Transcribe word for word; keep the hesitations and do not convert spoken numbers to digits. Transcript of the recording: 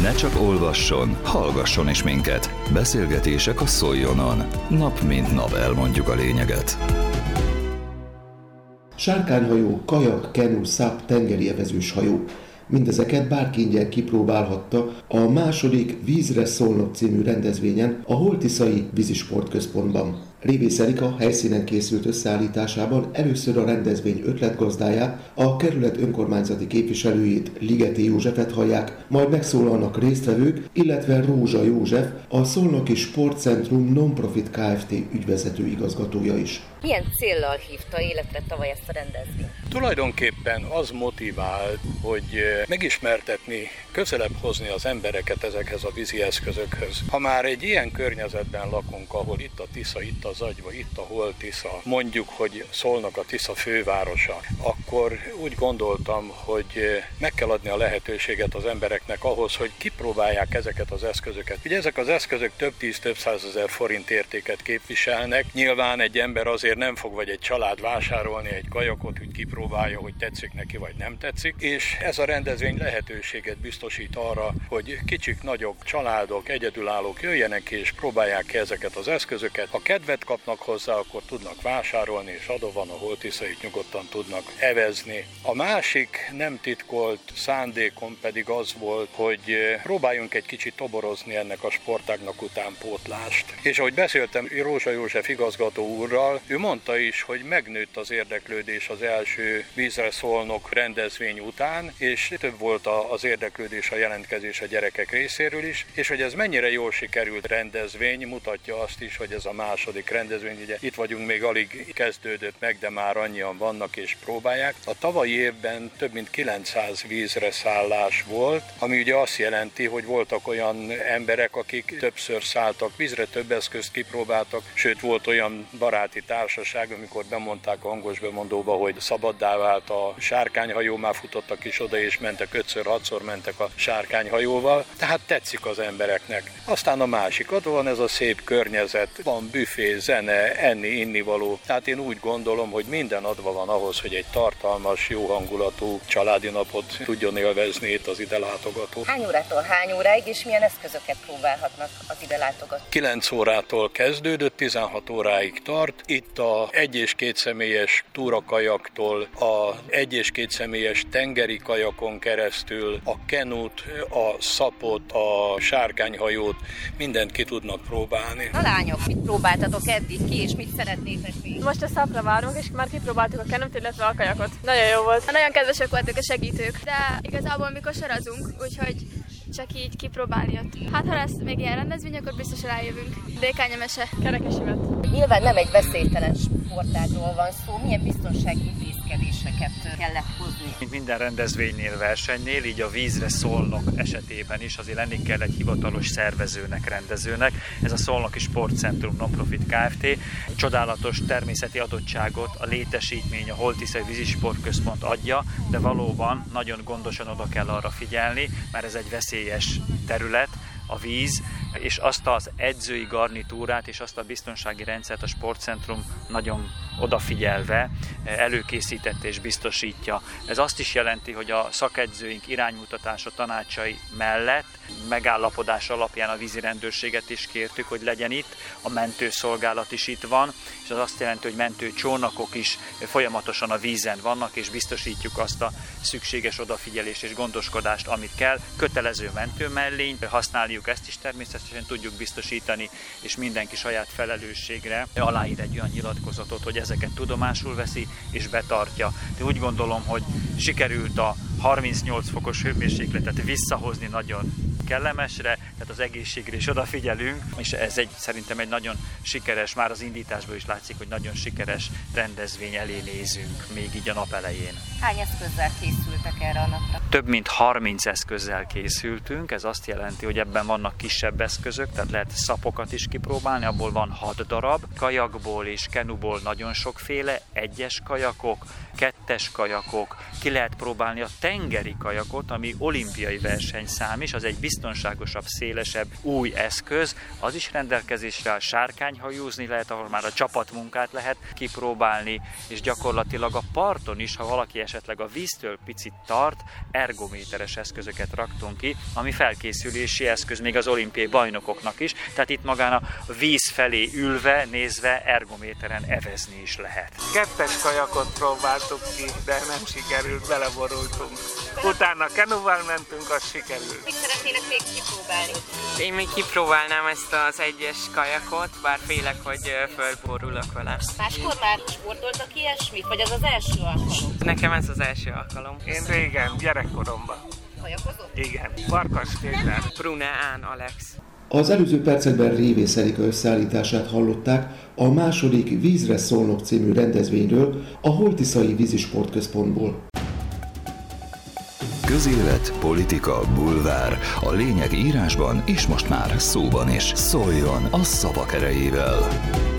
Ne csak olvasson, hallgasson is minket. Beszélgetések a Szoljonon. Nap mint nap elmondjuk a lényeget. Sárkányhajó, kajak, kenu, száp, tengeri evezős hajó. Mindezeket bárki ingyen kipróbálhatta a második Vízre Szolnok című rendezvényen a Holtiszai Vízisportközpontban. Révész Erika helyszínen készült összeállításában először a rendezvény ötletgazdáját, a kerület önkormányzati képviselőjét, Ligeti Józsefet hallják, majd megszólalnak résztvevők, illetve Rózsa József, a Szolnoki Sportcentrum Non-Profit Kft. Ügyvezető igazgatója is. Milyen céllal hívta életre tavaly ezt a rendezvényt? Tulajdonképpen az motivált, hogy megismertetni, közelebb hozni az embereket ezekhez a vízi eszközökhöz. Ha már egy ilyen környezetben lakunk, ahol itt a Tisza, itt a Zagyva, itt a Holtisza, mondjuk, hogy Szolnok a Tisza fővárosa, akkor úgy gondoltam, hogy meg kell adni a lehetőséget az embereknek ahhoz, hogy kipróbálják ezeket az eszközöket. Ugye ezek az eszközök több tíz, több százezer forint értéket képviselnek. Nyilván egy ember azért nem fog, vagy egy család vásárolni egy kajakot, hogy kipróbálja, hogy tetszik neki, vagy nem tetszik. És ez a rendezvény lehetőséget biztosít arra, hogy kicsik, nagyok, családok, egyedülállók jöjjenek és próbálják ki ezeket az eszközöket. Ha kedvet kapnak hozzá, akkor tudnak vásárolni, és adó van, a Holtiszait nyugodtan tudnak evezni. A másik nem titkolt szándékom pedig az volt, hogy próbáljunk egy kicsit toborozni ennek a sportágnak utánpótlást. És ahogy beszéltem Rózsa József igazgató úrral, ő mondta is, hogy megnőtt az érdeklődés az első Vízre Szolnok rendezvény után, és több volt az érdeklődés, a jelentkezés a gyerekek részéről is, és hogy ez mennyire jól sikerült rendezvény, mutatja azt is, hogy ez a második rendezvény, ugye itt vagyunk, még alig kezdődött meg, de már annyian vannak és próbálják. A tavalyi évben több mint kilencszáz vízre szállás volt, ami ugye azt jelenti, hogy voltak olyan emberek, akik többször szálltak vízre, több eszközt kipróbáltak, sőt volt olyan baráti társaság, amikor bemondták a hangos bemondóba, hogy szabaddá vált a sárkányhajó, már futottak is oda és mentek, ötször, hatszor mentek a sárkányhajóval, tehát tetszik az embereknek. Aztán a másik, ott van ez a szép környezet, van büfé, zene, enni, innivaló, tehát én úgy gondolom, hogy minden adva van ahhoz, hogy egy tartalmas, jó hangulatú családi napot tudjon élvezni itt az ide látogató. Hány órától hány óráig, és milyen eszközöket próbálhatnak az ide látogatók? kilenc órától kezdődött, tizenhat óráig tart. Itt a egy és két személyes túrakajaktól a egy és két személyes tengeri kajakon keresztül a kenut, a szapot, a sárkányhajót, mindent ki tudnak próbálni. A lányok, mit próbáltatok eddig ki, és mit szeretnétek még? Most a szapra várunk, és már kipróbáltuk a kenut, illetve a kajakot. Nagyon jó volt. Nagyon kedvesek voltak a segítők, de igazából mikor sorozunk, úgyhogy csak így kipróbálni ott. Hát ha lesz még ilyen rendezvény, akkor biztos rájövünk. Dékányemese, kerekesivet. Nyilván nem egy veszélytelen sportágról van szó, milyen biztonsági intézkedéseket kellett hozni. Mint minden rendezvénynél, versenynél, így a Vízre Szolnok esetében is azért lenni kell egy hivatalos szervezőnek, rendezőnek. Ez a Szolnoki Sportcentrum Non-Profit Kft. Csodálatos természeti adottságot a létesítmény, a Holtiszai Vízisportközpont adja, de valóban nagyon gondosan oda kell arra figyelni, mert ez egy veszélyes terület, a víz, és azt az edzői garnitúrát és azt a biztonsági rendszert a sportcentrum nagyon odafigyelve előkészítette és biztosítja. Ez azt is jelenti, hogy a szakedzőink iránymutatása tanácsai mellett megállapodás alapján a vízirendőrséget is kértük, hogy legyen itt, a mentőszolgálat is itt van, és az azt jelenti, hogy mentőcsónakok is folyamatosan a vízen vannak, és biztosítjuk azt a szükséges odafigyelést és gondoskodást, amit kell. Kötelező mentőmellény, használjuk ezt is természetesen tudjuk biztosítani, és mindenki saját felelősségre aláír egy olyan nyilatkozatot, hogy ezeket tudomásul veszi és betartja. De úgy gondolom, hogy sikerült a harmincnyolc fokos hőmérsékletet visszahozni nagyon kellemesre, tehát az egészségre is odafigyelünk, és ez egy, szerintem egy nagyon sikeres, már az indításból is látszik, hogy nagyon sikeres rendezvény elé nézünk még így a nap elején. Hány eszközzel készültek erre a napra? Több mint harminc eszközzel készültünk, ez azt jelenti, hogy ebben vannak kisebb eszközök, tehát lehet szapokat is kipróbálni, abból van hat darab, kajakból és kenuból nagyon sokféle, egyes kajakok, kettes kajakok, ki lehet próbálni a tengeri kajakot, ami olimpiai versenyszám is, az egy biztonságosabb, szélesebb, új eszköz, az is rendelkezésre áll, sárkányhajózni lehet, ahol már a csapatmunkát lehet kipróbálni, és gyakorlatilag a parton is, ha valaki esetleg a víztől picit tart, ergométeres eszközöket raktunk ki, ami felkészülési eszköz még az olimpiai bajnokoknak is, tehát itt magán a víz felé ülve, nézve ergométeren evezni is lehet. Kettes kajakot próbáltuk ki, de nem sikerült, beleborultunk. Utána kenuval mentünk, az sikerült. Mit szeretnének még kipróbálni? Én még kipróbálnám ezt az egyes kajakot, bár félek, hogy fölborulok vele. Máskor már sportoltak ilyesmit, vagy az az első alkalom? Nekem ez az első alkalom. Én régen, gyerekkoromban. Kajakozott? Igen, Farkas Péter. Brune Án Alex. Az előző percekben Révész Erika összeállítását hallották a második Vízre Szolnok című rendezvényről a Holtiszai Vízisportközpontból. Közélet, politika, bulvár. A lényeg írásban és most már szóban is. Szóljon a szavak erejével!